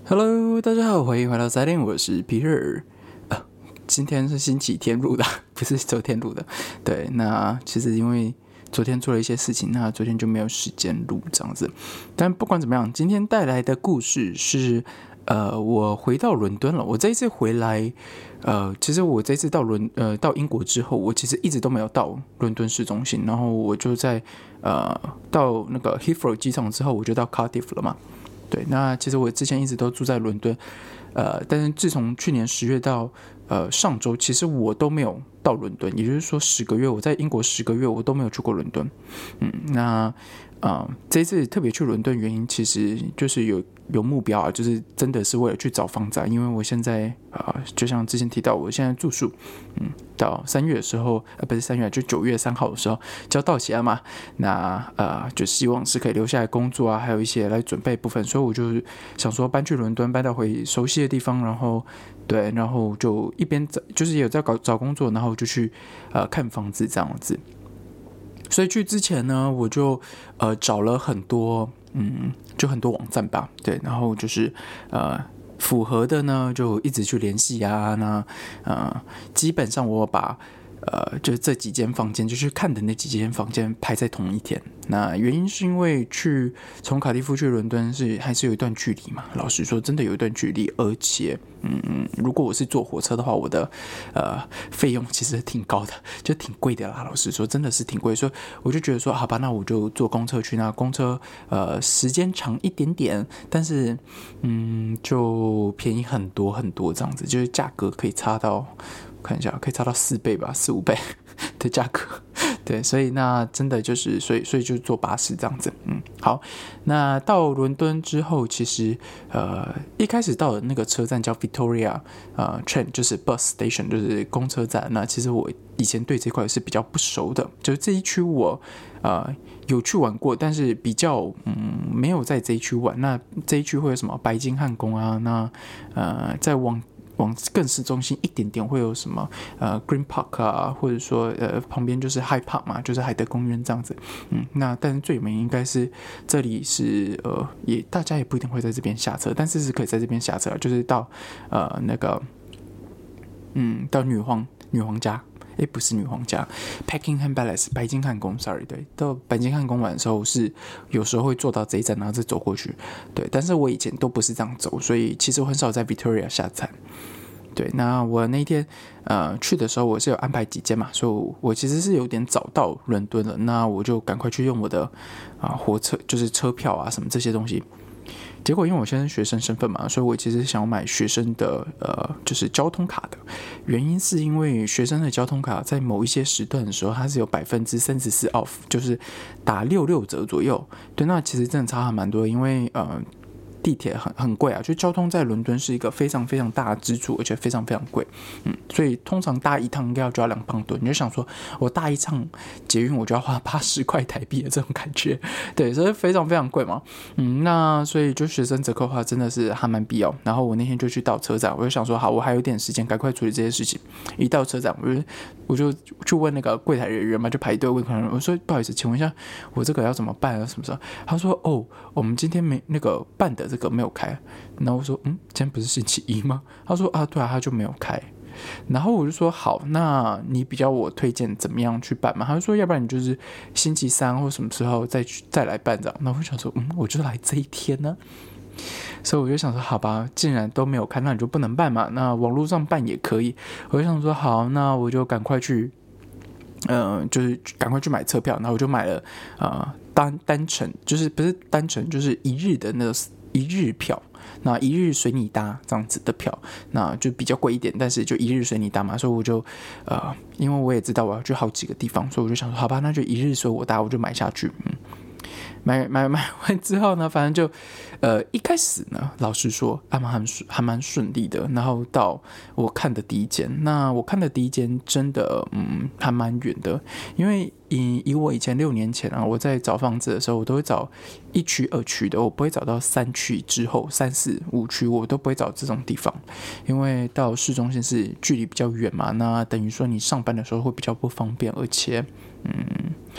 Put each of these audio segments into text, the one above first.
Hello，大家好，欢迎回到3点，我是皮尔。今天是星期天录的，不是昨天录的。对，那其实因为昨天做了一些事情，那昨天就没有时间录这样子。但不管怎么样，今天带来的故事是，我回到伦敦了。我这一次回来，其实我这次到英国之后，我其实一直都没有到伦敦市中心，然后我就在到那个 Heathrow 机场之后，我就到 Cardiff 了嘛。对，那其实我之前一直都住在伦敦，但是自从去年10月到上周，其实我都没有到伦敦，也就是说10个月，我在英国10个月我都没有去过伦敦。那这一次特别去伦敦原因，其实就是有目标啊，就是真的是为了去找房子啊，因为我现在就像之前提到，我现在住宿，到3月的时候，不是3月，就9月3号的时候就要到期了嘛，那就希望是可以留下来工作啊，还有一些来准备部分，所以我就想说搬去伦敦，搬到回熟悉的地方，然后就一边就是也有在找工作，然后就去看房子这样子。所以去之前呢，我就找了很多就很多网站吧，对，然后就是符合的呢就一直去联系啊，那基本上我把就是这几间房间，就去看的那几间房间排在同一天。那原因是因为从卡迪夫去伦敦还是有一段距离嘛，老实说真的有一段距离，而且如果我是坐火车的话，我的费用其实挺高的，就挺贵的啦，老实说真的是挺贵，所以我就觉得说好吧，那我就坐公车去，那公车时间长一点点，但是就便宜很多很多这样子，就是价格可以差到看一下，可以差到4倍吧，4-5倍的价格。对，所以那真的就是所以就坐巴士这样子。好，那到伦敦之后，其实一开始到的那个车站叫 Victoria Train， 就是 bus station， 就是公车站。那其实我以前对这块是比较不熟的，就是这一区我有去玩过，但是比较没有在这一区玩。那这一区会有什么白金汉宫啊？那再往更市中心一点点会有什么Green Park 啊，或者说旁边就是 Hyde Park 嘛，就是海德公园这样子。那但是最有名应该是这里是大家也不一定会在这边下车，但是是可以在这边下车，就是到那个到女皇家。不是女皇家 Buckingham Palace 白金汉宫 sorry， 对，到白金汉宫玩的时候是有时候会坐到这一站，然后再走过去，对，但是我以前都不是这样走，所以其实我很少在 Victoria 下站。对，那我那一天去的时候我是有安排几间嘛，所以我其实是有点早到伦敦了，那我就赶快去用我的火车，就是车票啊什么这些东西。结果因为我现在是学生身份嘛，所以我其实想要买学生的就是交通卡的。原因是因为学生的交通卡在某一些时段的时候，它是有34% off， 就是打66折左右。对，那其实真的差还蛮多，因为地铁很贵啊，就交通在伦敦是一个非常非常大的支出，而且非常非常贵。所以通常搭一趟应该就要2磅多，你就想说我搭一趟捷运我就要花80块台币的这种感觉，对，所以非常非常贵嘛。那所以就学生折扣的话真的是还蛮必要。然后我那天就去到车站，我就想说好，我还有点时间，赶快处理这些事情。一到车站我就去问那个柜台人员嘛，就排队问客人，我说不好意思，请问一下我这个要怎么办啊？什么时候？他说我们今天没那个办的这个没有开。然后我说今天不是星期一吗？他说对啊，他就没有开。然后我就说好，那你比较我推荐怎么样去办嘛？他就说要不然你就是星期3或什么时候再来办这样。那我就想说我就来这一天呢。所以我就想说好吧，既然都没有开，那你就不能办嘛，那网络上办也可以。我就想说好，那我就赶快去就是赶快去买车票。然后我就买了单程，就是不是单程，就是一日的那个一日票，那一日随你搭这样子的票，那就比较贵一点，但是就一日随你搭嘛，所以我就因为我也知道我要去好几个地方，所以我就想说好吧，那就一日随我搭，我就买下去。买完之后呢，反正就一开始呢，老实说还蛮顺利的。然后到我看的第一间，那我看的第一间真的还蛮远的，因为以我以前6年前啊，我在找房子的时候，我都会找1区2区的，我不会找到3区之后3、4、5区，我都不会找这种地方，因为到市中心是距离比较远嘛，那等于说你上班的时候会比较不方便，而且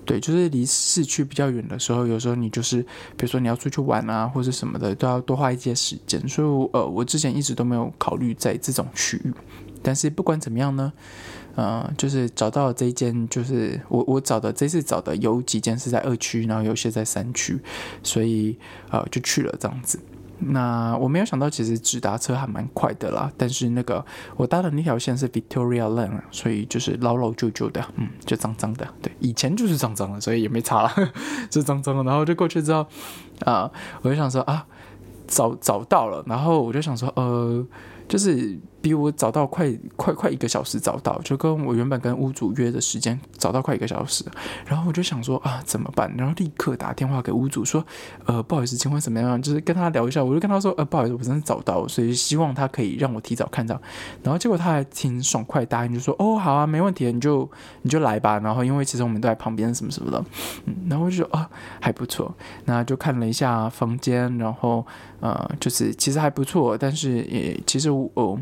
对，就是离市区比较远的时候，有时候你就是比如说你要出去玩啊或者什么的，都要多花一些时间，所以我之前一直都没有考虑在这种区域。但是不管怎么样呢，就是找到了这一间，就是我这次找的有几间是在2区，然后有些在3区，所以就去了这样子。那我没有想到，其实直达车还蛮快的啦。但是那个我搭的那条线是 Victoria Line， 所以就是老老旧旧的，就脏脏的。对，以前就是脏脏的，所以也没差啦，就脏脏的。然后就过去之后，我就想说找到了，然后我就想说，就是比我早到快1个小时找到，就跟我原本跟屋主约的时间早到快1个小时，然后我就想说怎么办？然后立刻打电话给屋主说，不好意思，请问怎么样？就是跟他聊一下，我就跟他说，不好意思，我真的找到，所以希望他可以让我提早看到。然后结果他还挺爽快答应，就说好啊，没问题，你就来吧。然后因为其实我们都在旁边什么什么的，然后我就说还不错，那就看了一下房间，然后就是其实还不错，但是也其实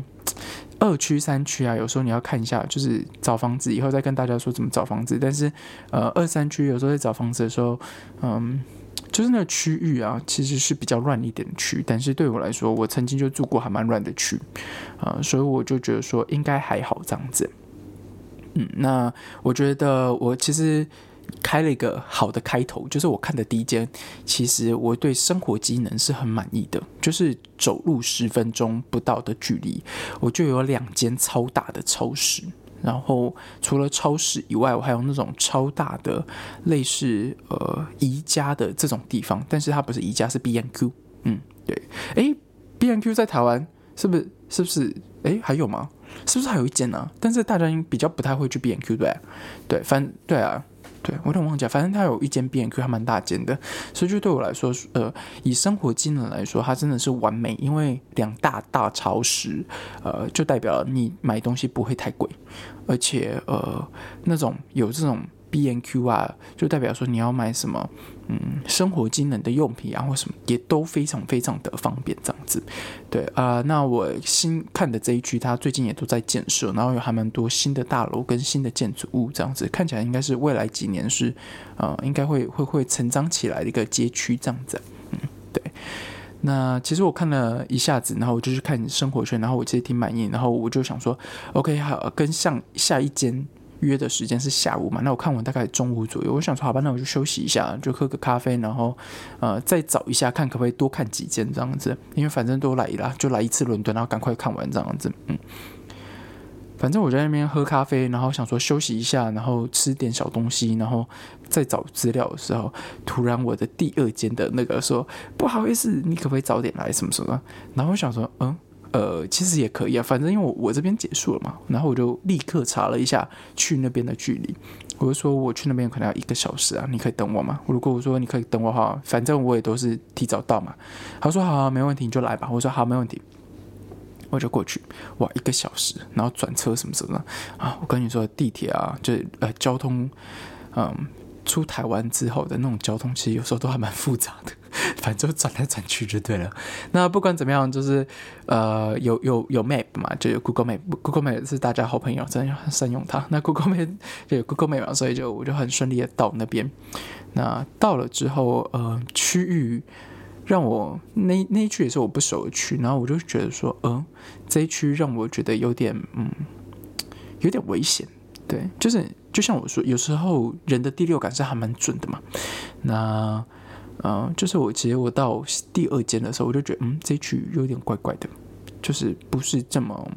2区3区啊，有时候你要看一下，就是找房子以后再跟大家说怎么找房子。但是2、3区有时候在找房子的时候，就是那个区域啊，其实是比较乱一点的区。但是对我来说，我曾经就住过还蛮乱的区，所以我就觉得说应该还好这样子。那我觉得我其实开了一个好的开头，就是我看的第一间，其实我对生活机能是很满意的，就是走路10分钟不到的距离，我就有2间超大的超市。然后除了超市以外，我还有那种超大的类似宜家的这种地方，但是它不是宜家，是 B&Q。对，B&Q 在台湾是不是还有吗？是不是还有一间呢？但是大家比较不太会去 B&Q， 对，对啊。对，我有点忘记了，反正它有一间 B&Q 还蛮大间的，所以就对我来说，以生活机能来说，它真的是完美，因为2大超市，就代表你买东西不会太贵，而且那种有这种 B&Q 啊，就代表说你要买什么生活机能的用品啊或什么也都非常非常的方便这样子。对那我新看的这一区它最近也都在建设，然后有还蛮多新的大楼跟新的建筑物这样子，看起来应该是未来几年是应该会成长起来的一个街区这样子。对。那其实我看了一下子，然后我就去看生活圈，然后我其实挺满意，然后我就想说 OK 好，跟下一间约的时间是下午嘛，那我看完大概中午左右，我想说好吧，那我就休息一下，就喝个咖啡，然后再找一下看可不可以多看几间这样子，因为反正都来了，就来一次伦敦，然后赶快看完这样子。反正我在那边喝咖啡，然后想说休息一下，然后吃点小东西，然后再找资料的时候，突然我的第2间的那个说不好意思，你可不可以早点来什么什么，然后我想说其实也可以啊，反正因为我这边结束了嘛，然后我就立刻查了一下去那边的距离，我就说我去那边可能要1个小时啊，你可以等我吗？如果我说你可以等我的话，反正我也都是提早到嘛。他说好，没问题，你就来吧。我说好，没问题，我就过去。哇，1个小时，然后转车什么什么的我跟你说地铁啊，就是交通出台湾之后的那种交通，其实有时候都还蛮复杂的，反正转来转去就对了。那不管怎么样，就是有 Map 嘛，就有 Google Map，Google Map 是大家好朋友，真的要善用它。那 Google Map 就有 Google Map 嘛，所以我就很顺利的到那边。那到了之后，区域让我那一区也是我不熟的区，然后我就觉得说，这一区让我觉得有点危险。对，就像我说，有时候人的第6感是还蛮准的嘛。那就是其实我到第2间的时候，我就觉得这一区有点怪怪的，就是不是这么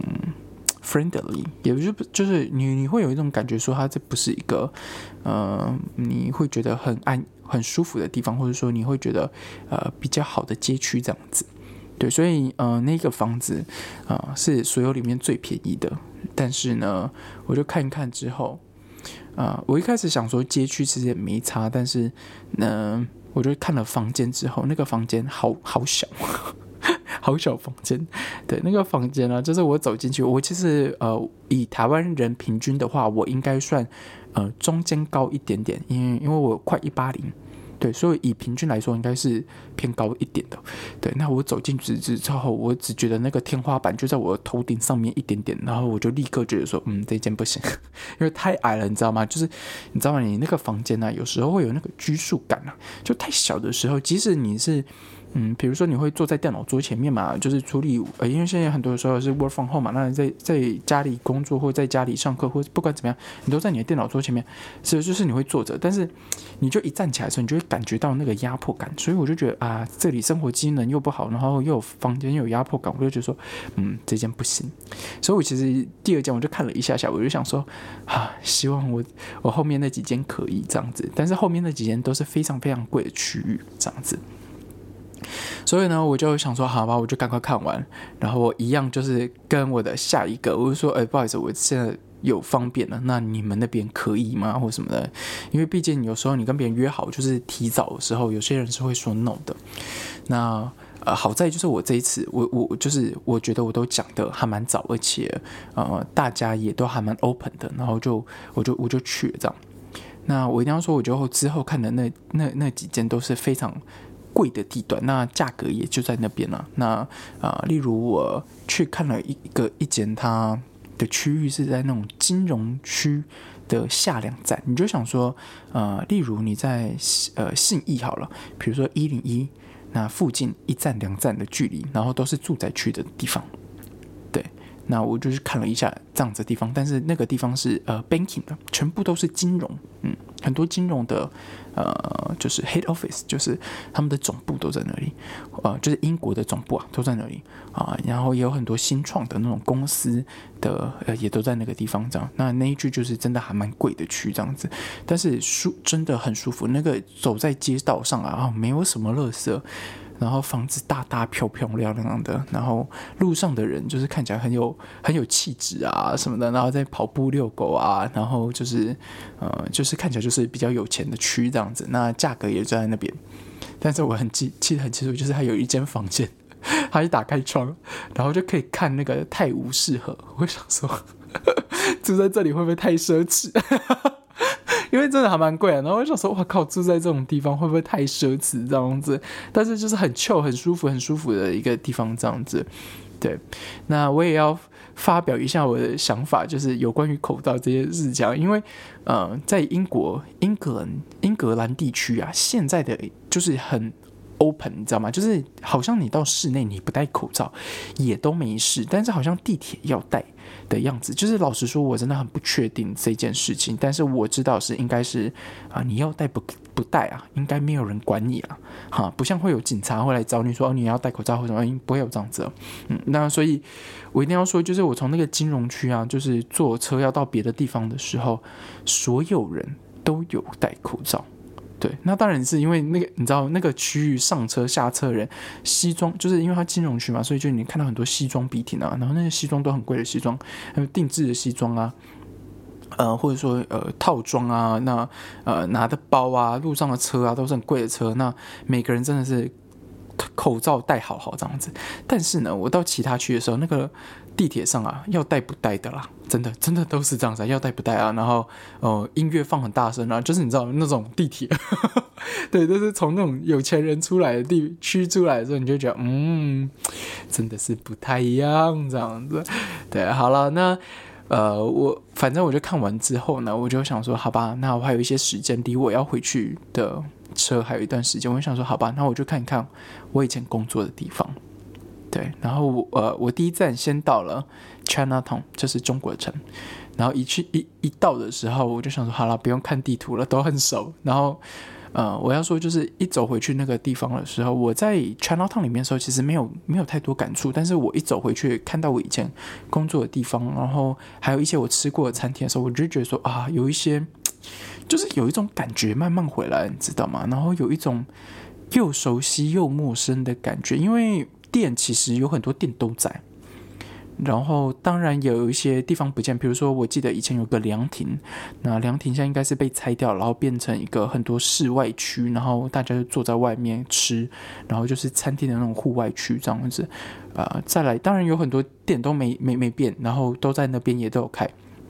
friendly， 也就是你会有一种感觉说它这不是一个你会觉得很舒服的地方，或者说你会觉得比较好的街区这样子。对，所以那个房子是所有里面最便宜的，但是呢，我就看一看之后，我一开始想说街区其实也没差，但是呢，我就看了房间之后，那个房间好小。好小房间，对，那个房间呢，就是我走进去，我其实以台湾人平均的话，我应该算中间高一点点，因为我快180， 对，所以以平均来说应该是偏高一点的。对，那我走进去之后，我只觉得那个天花板就在我的头顶上面一点点，然后我就立刻觉得说，这间不行，因为太矮了，你知道吗？就是你知道吗？你那个房间啊，有时候会有那个拘束感啊，就太小的时候，即使你是。比如说你会坐在电脑桌前面嘛，就是处理因为现在很多时候是 work from home 嘛，那你在家里工作或在家里上课或不管怎么样，你都在你的电脑桌前面，所以就是你会坐着，但是你就一站起来的时候，你就会感觉到那个压迫感，所以我就觉得啊，这里生活机能又不好，然后又有房间又有压迫感，我就觉得说，这间不行，所以我其实第二间我就看了一下，我就想说希望我后面那几间可以这样子，但是后面那几间都是非常非常贵的区域这样子。所以呢，我就想说，好吧，我就赶快看完，然后我一样就是跟我的下一个，我就说，不好意思，我现在有方便了，那你们那边可以吗，或什么的？因为毕竟有时候你跟别人约好，就是提早的时候，有些人是会说 no 的。那好在就是我这一次，我就是我觉得我都讲的还蛮早，而且大家也都还蛮 open 的，然后我就去了这样。那我一定要说，我就之后看的那几间都是非常贵的地段，那价格也就在那边了。那例如我去看了一间，它的区域是在那种金融区的下2站，你就想说，例如你在信义好了，比如说101，那附近1站2站的距离，然后都是住宅区的地方，对。那我就去看了一下这样子的地方，但是那个地方是banking 的，全部都是金融，很多金融的就是 head office， 就是他们的总部都在那里，就是英国的总部啊都在那里然后也有很多新创的那种公司的也都在那个地方这样。那一区就是真的还蛮贵的区这样子，但是真的很舒服，那个走在街道上没有什么垃圾。然后房子大大漂漂亮亮的，然后路上的人就是看起来很有气质啊什么的，然后在跑步遛狗啊，然后就是看起来就是比较有钱的区这样子，那价格也在那边。但是我记得很清楚，就是它有一间房间，它一打开窗，然后就可以看那个泰晤士河。我想说，住在这里会不会太奢侈？因为真的还蛮贵的，然后我就想说，哇靠，住在这种地方会不会太奢侈这样子？但是就是很 chill 很舒服的一个地方这样子。对，那我也要发表一下我的想法，就是有关于口罩这件事情，因为在英格兰地区啊，现在的就是很open， 你知道吗？就是好像你到室内你不戴口罩也都没事，但是好像地铁要戴的样子。就是老实说，我真的很不确定这件事情，但是我知道应该是你要戴不戴啊，应该没有人管你啊，不像会有警察会来找你说你要戴口罩或什么，不会有这样子那所以我一定要说，就是我从那个金融区啊，就是坐车要到别的地方的时候，所有人都有戴口罩。对，那当然是因为那个你知道那个区域上车下车的人西装，就是因为它金融区嘛，所以就你看到很多西装笔挺啊，然后那些西装都很贵的西装，还有定制的西装啊，或者说套装啊，那拿的包啊，路上的车啊都是很贵的车，那每个人真的是口罩戴好这样子。但是呢，我到其他区的时候，那个地铁上啊，要戴不戴的啦，真的都是这样子要戴不戴啊，然后音乐放很大声啊，就是你知道那种地铁对，就是从那种有钱人出来的地区出来的时候，你就觉得真的是不太一样这样子。对，好了，那反正我就看完之后呢，我就想说好吧，那我还有一些时间，离我要回去的车还有一段时间，我就想说好吧，那我就看一看我以前工作的地方。对，然后我第一站先到了 Chinatown， 就是中国城。然后一到的时候，我就想说好了，不用看地图了，都很熟。然后我要说就是一走回去那个地方的时候，我在 Chinatown 里面的时候其实没有太多感触，但是我一走回去看到我以前工作的地方，然后还有一些我吃过的餐厅的时候，我就觉得说有一些就是有一种感觉慢慢回来，你知道吗？然后有一种又熟悉又陌生的感觉，因为店其实有很多店都在，然后当然也有一些地方不见，比如说我记得以前有个凉亭，那凉亭现在应该是被拆掉，然后变成一个很多室外区，然后大家就坐在外面吃，然后就是餐厅的那种户外区这样子。再来当然有很多店都没变，然后都在那边也都有开，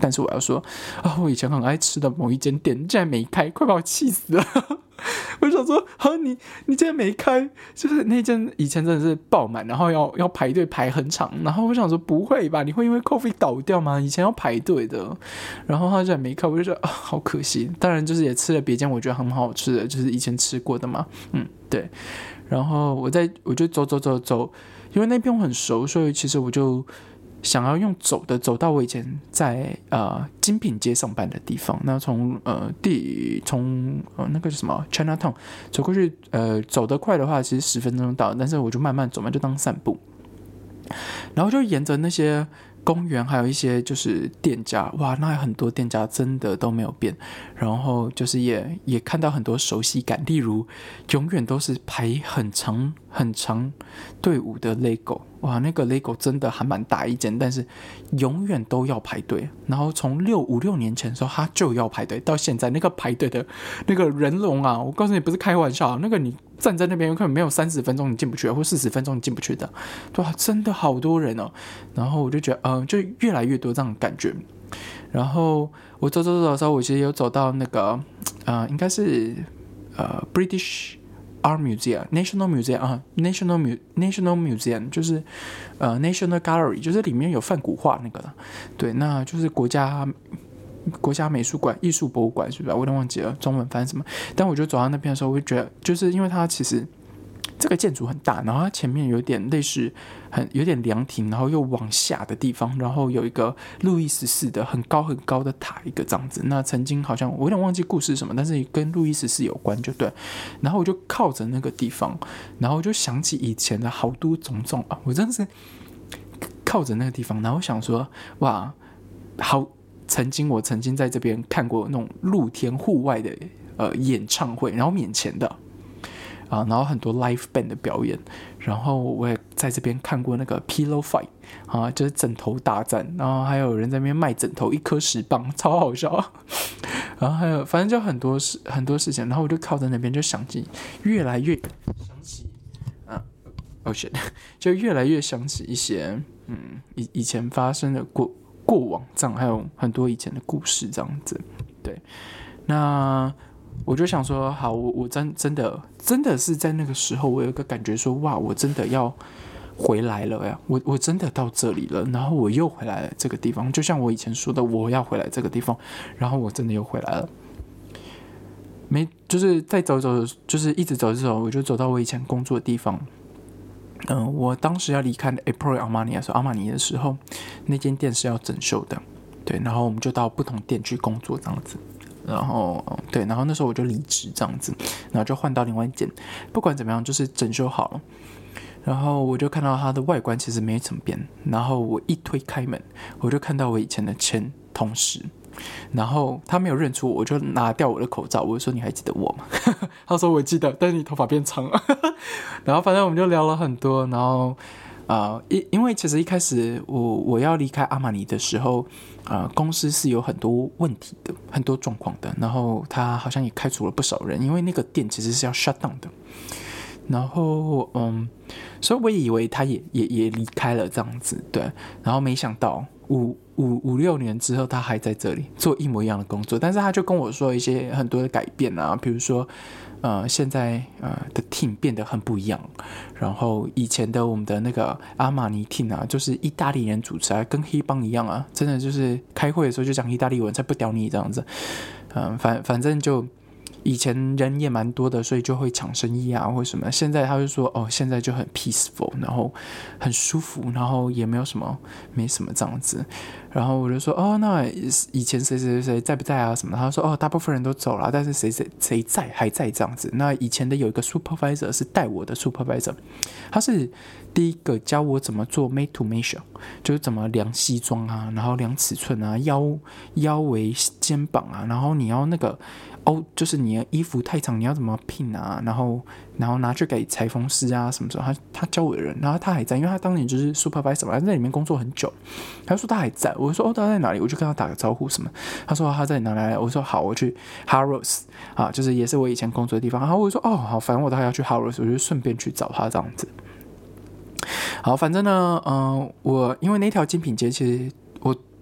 但是我要说啊，我以前很爱吃的某一间店竟然没开，快把我气死了。我就想说，你竟然没开，就是那间以前真的是爆满，然后要排队排很长，然后我想说不会吧，你会因为 COVID 倒掉吗？以前要排队的，然后他竟然没开，我就觉得啊，好可惜。当然就是也吃了别间我觉得很好吃的，就是以前吃过的嘛，对。然后我就走，因为那边我很熟，所以其实我就想要用走到我以前在精品街上班的地方。那从那个什么 Chinatown 走过去，走得快的话其实10分钟到，但是我就慢慢走嘛，就当散步。然后就沿着那些公园还有一些就是店家，哇，那很多店家真的都没有变，然后就是也看到很多熟悉感，例如永远都是排很长队伍的 LEGO， 哇，那个 LEGO 真的还蛮大一间，但是永远都要排队，然后从5-6年前的时候他就要排队，到现在那个排队的那个人龙啊，我告诉你不是开玩笑，那个你站在那边有可能没有30分钟你进不去，或40分钟你进不去的，对吧？真的好多人哦。然后我就觉得就越来越多这样的感觉。然后我走的时候，我其实有走到那个应该是British Art Museum National Museum National Museum 就是National Gallery， 就是里面有梵谷画那个了，对，那就是国家美术馆艺术博物馆，是不是？我有点忘记了中文翻什么。但我就走到那边的时候，我就觉得，就是因为它其实这个建筑很大，然后它前面有点类似有点凉亭，然后又往下的地方，然后有一个路易14的很高的塔，一个这样子。那曾经好像我有点忘记故事什么，但是跟路易14有关就对。然后我就靠着那个地方，然后我就想起以前的好多种种啊，我真的是靠着那个地方，然后想说，哇，好。我曾经在这边看过那种露天户外的演唱会，然后免钱的然后很多 live band 的表演，然后我也在这边看过那个 pillow fight 就是枕头大战，然后还有人在那边卖枕头，1颗10磅，超好笑。然后还有反正就很多事情，然后我就靠在那边就想起，越来越想起就越来越想起一些以前发生的过往这样，还有很多以前的故事这样子，对。那我就想说，好，我真的是在那个时候，我有一个感觉说，哇，我真的要回来了呀！我真的到这里了，然后我又回来了这个地方，就像我以前说的，我要回来这个地方，然后我真的又回来了。就是再走，就是一直走，我就走到我以前工作的地方。我当时要离开 April Armani 阿玛尼的时候，那间店是要整修的，对，然后我们就到不同店去工作这样子，然后对，然后那时候我就离职这样子，然后就换到另外一间，不管怎么样就是整修好了，然后我就看到它的外观其实没怎么变，然后我一推开门，我就看到我以前的前同事。然后他没有认出我，我就拿掉我的口罩，我就说你还记得我吗？他说我记得，但是你头发变长了。然后反正我们就聊了很多，然后因为其实一开始我要离开阿玛尼的时候，公司是有很多问题的，很多状况的，然后他好像也开除了不少人，因为那个店其实是要 shut down 的。然后所以我以为他也离开了这样子，对，然后没想到5-6年之后他还在这里做一模一样的工作，但是他就跟我说一些很多的改变啊，比如说现在的 team 变得很不一样，然后以前的我们的那个阿玛尼 team 啊，就是意大利人主持啊，跟黑帮一样啊，真的就是开会的时候就讲意大利文才不屌你这样子，反正就以前人也蛮多的，所以就会抢生意啊或什么。现在他就说现在就很 peaceful， 然后很舒服，然后也没什么这样子。然后我就说那以前谁在不在啊什么的？他说大部分人都走了，但是谁在还在这样子。那以前的有一个 supervisor 是带我的 supervisor， 他是第一个教我怎么做 made to measure， 就是怎么量西装啊，然后量尺寸啊，腰围肩膀啊，然后你要那个就是你的衣服太长，你要怎么拼啊？然后拿去给裁缝师啊什么时候？他教我的人，然后他还在，因为他当年就是 supervisor 嘛，在里面工作很久。他说他还在，我说他在哪里？我就跟他打个招呼什么。他说他在哪里？我说好，我去 Harrods 就是也是我以前工作的地方。然后我就说好，反正我大概要去 Harrods，我就顺便去找他这样子。好，反正呢，我因为那条精品街其实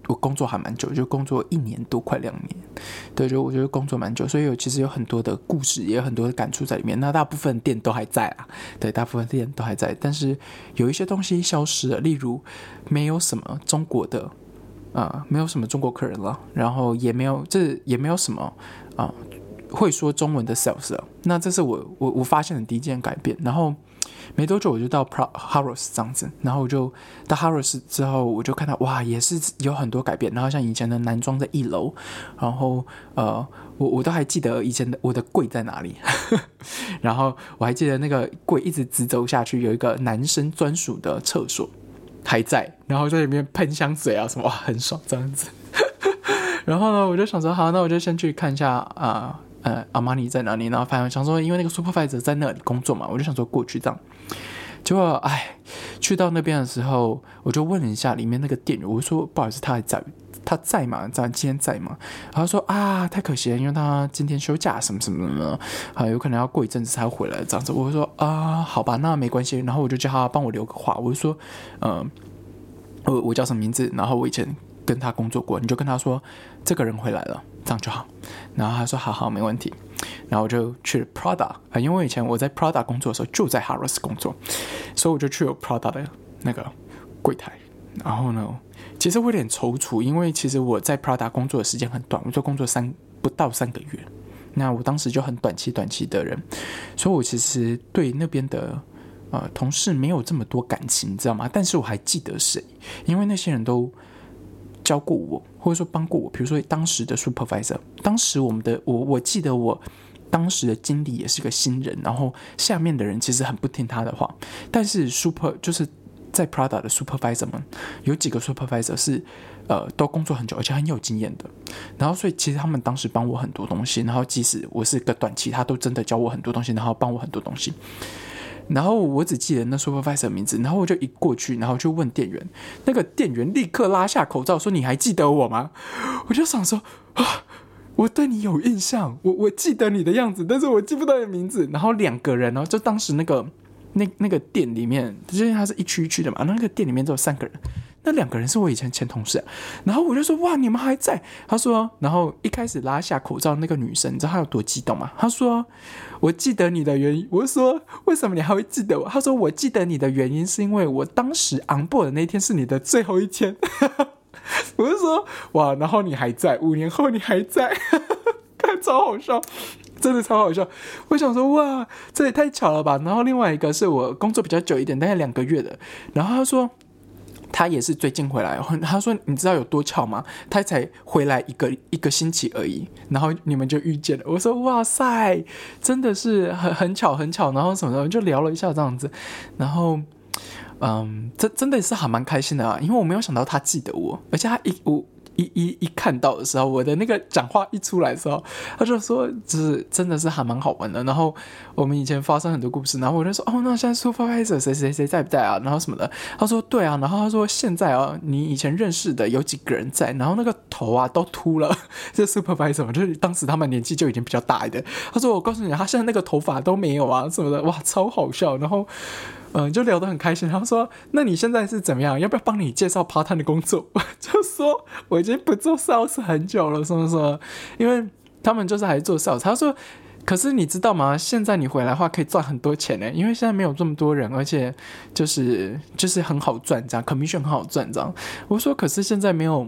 我工作还蛮久，就工作1年多快2年，对，就我觉得工作蛮久，所以其实有很多的故事，也有很多的感触在里面。那大部分店都还在啊，对，大部分店都还在，但是有一些东西消失了，例如没有什么中国的没有什么中国客人了，然后也没有什么会说中文的 sales 了。那这是我发现的第一件改变。然后没多久我就到 Harrods 这样子，然后我就到 Harrods 之后，我就看到哇，也是有很多改变。然后像以前的男装在1楼，然后我都还记得以前的我的柜在哪里，然后我还记得那个柜一直直走下去，有一个男生专属的厕所还在，然后在里面喷香水啊什么，哇，很爽这样子。然后呢，我就想说，好，那我就先去看一下阿玛尼在哪里，然后反正想说，因为那个 supervisor 在那里工作嘛，我就想说过去这样。结果去到那边的时候，我就问了一下里面那个店员，我说不好意思，他在吗？今天在吗？然后他说太可惜了，因为他今天休假什么什么的，有可能要过一阵子才会回来这样子。我就说好吧，那没关系。然后我就叫他帮我留个话，我就说我叫什么名字，然后我以前跟他工作过，你就跟他说这个人回来了，这样就好。然后他说好没问题。然后我就去了 Prada，因为以前我在 Prada 工作的时候就在 Harrods 工作，所以我就去了 Prada 的那个柜台。然后呢，其实我有点踌躇，因为其实我在 Prada 工作的时间很短，我就工作不到3个月。那我当时就很短期的人，所以我其实对那边的同事没有这么多感情，你知道吗？但是我还记得谁，因为那些人都教过我，或者说帮过我。比如说当时的 supervisor， 当时我记得我当时的经理也是个新人，然后下面的人其实很不听他的话，但是就是在 Prada 的 supervisor 们有几个 supervisor 是都工作很久而且很有经验的，然后所以其实他们当时帮我很多东西，然后即使我是个短期，他都真的教我很多东西，然后帮我很多东西。然后我只记得那 supervisor 的名字，然后我就一过去，然后就问店员，那个店员立刻拉下口罩说：“你还记得我吗？”我就想说我对你有印象，我记得你的样子，但是我记不到你的名字。然后2个人就当时那个店里面，就是它是一区一区的嘛，那个店里面只有3个人，那2个人是我以前前同事然后我就说哇，你们还在？他说，然后一开始拉下口罩那个女生，你知道她有多激动吗？她说我记得你的原因。我说为什么你还会记得我？她说我记得你的原因是因为我当时 on board 的那天是你的最后一天。我就说哇，然后你还在，5年后你还在，看超好笑，真的超好笑。我想说哇，这也太巧了吧。然后另外一个是我工作比较久一点，大概2个月的，然后他说他也是最近回来，他说你知道有多巧吗？他才回来一个星期而已，然后你们就遇见了。我说哇塞，真的是很巧很巧，然后什么的就聊了一下这样子，然后这真的是还蛮开心的因为我没有想到他记得我，而且他一看到的时候，我的那个讲话一出来的时候，他就说就是真的是还蛮好玩的。然后我们以前发生很多故事，然后我就说那现在 supervisor 谁在不在啊？然后什么的，他说对啊，然后他说现在你以前认识的有几个人在，然后那个头都秃了，这 supervisor 就是当时他们年纪就已经比较大一点。他说我告诉你，他现在那个头发都没有什么的，哇，超好笑。然后就聊得很开心。他说那你现在是怎么样？要不要帮你介绍 part time 的工作？我就说我已经不做 sales 很久了，什么什么，因为他们就是还做 sales。他说可是你知道吗？现在你回来的话可以赚很多钱因为现在没有这么多人，而且就是很好赚，这样 commission 很好赚这样。我说可是现在没有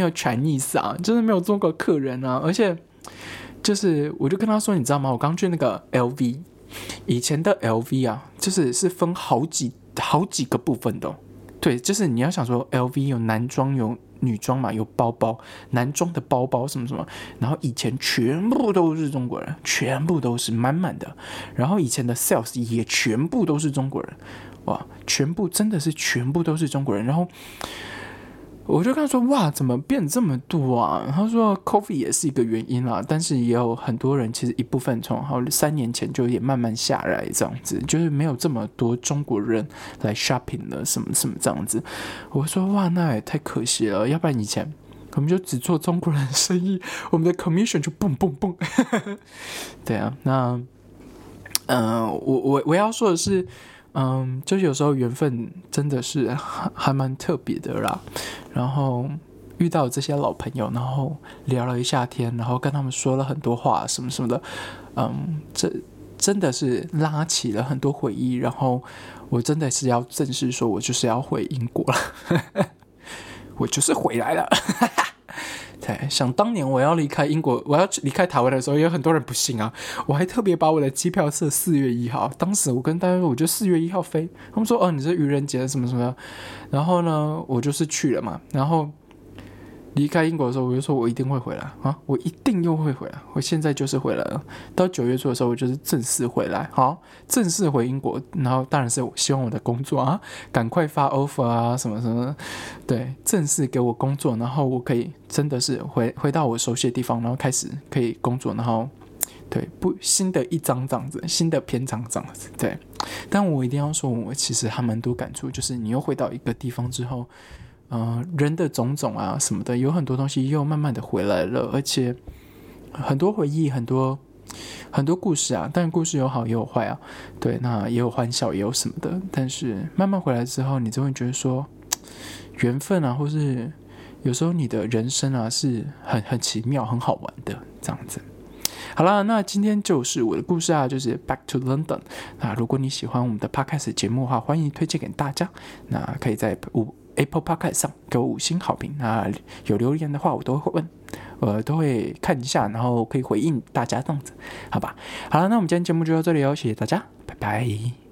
Chinese 就是没有中国客人而且就是我就跟他说你知道吗？我刚去那个 LV。以前的 LV 就是分好几个部分的对，就是你要想说 LV 有男装有女装嘛，有包包，男装的包包什么什么，然后以前全部都是中国人，全部都是满满的，然后以前的 sales 也全部都是中国人，哇，真的是全部都是中国人。然后我就跟他说哇，怎么变这么多他说 COVID 也是一个原因啦，但是也有很多人其实一部分从3年前就也慢慢下来这样子，就是没有这么多中国人来 shopping 了什么什么这样子。我说哇，那也太可惜了，要不然以前我们就只做中国人的生意，我们的 commission 就蹦蹦蹦。对那我要说的是就是有时候缘分真的是还蛮特别的啦。然后遇到这些老朋友，然后聊了一下天，然后跟他们说了很多话什么什么的，这真的是拉起了很多回忆，然后我真的是要正式说，我就是要回英国了，我就是回来了。对，想当年我要离开英国，我要离开台湾的时候，也有很多人不信啊。我还特别把我的机票设4月1号，当时我跟大家说，我就4月1号飞。他们说，哦，你是愚人节什么什么的。然后呢，我就是去了嘛。然后离开英国的时候，我就说我一定会回来啊，我一定又会回来。我现在就是回来了。到9月初的时候，我就是正式回来，好，正式回英国。然后当然是希望我的工作啊，赶快发 offer 啊，什么什么，对，正式给我工作，然后我可以真的是回到我熟悉的地方，然后开始可以工作，然后对，新的一章这样子，新的篇章这样子，对。但我一定要说，我其实还蛮多感触，就是你又回到一个地方之后。人的种种啊什么的，有很多东西又慢慢的回来了，而且很多回忆，很多故事啊，但故事有好也有坏啊，对，那也有欢笑也有什么的，但是慢慢回来之后，你就会觉得说，缘分啊，或是有时候你的人生啊是很奇妙、很好玩的这样子。好啦，那今天就是我的故事啊，就是 Back to London。那如果你喜欢我们的 Podcast 节目的话，欢迎推荐给大家。那可以在Apple Podcast 上给我5星好评，那有留言的话我都会问，都会看一下，然后可以回应大家这样子，好吧？好了，那我们今天节目就到这里哦，谢谢大家，拜拜。